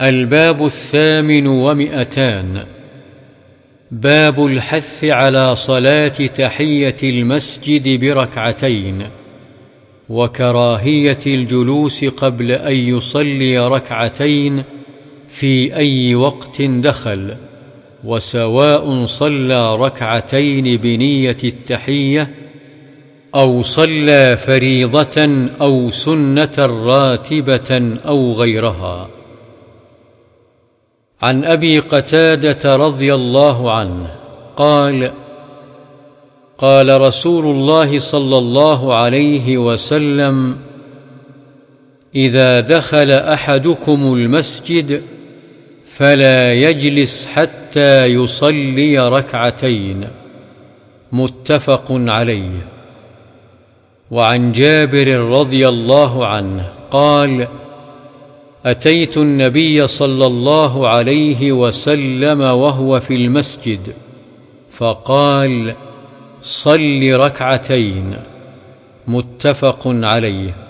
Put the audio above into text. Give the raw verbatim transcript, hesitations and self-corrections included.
الباب الثامن ومئتان. باب الحث على صلاة تحية المسجد بركعتين، وكراهية الجلوس قبل أن يصلي ركعتين في أي وقت دخل، وسواء صلى ركعتين بنية التحية أو صلى فريضة أو سنة راتبة أو غيرها. عن أبي قتادة رضي الله عنه قال: قال رسول الله صلى الله عليه وسلم: إذا دخل أحدكم المسجد فلا يجلس حتى يصلي ركعتين. متفق عليه. وعن جابر رضي الله عنه قال: أتيت النبي صلى الله عليه وسلم وهو في المسجد فقال: صل ركعتين. متفق عليه.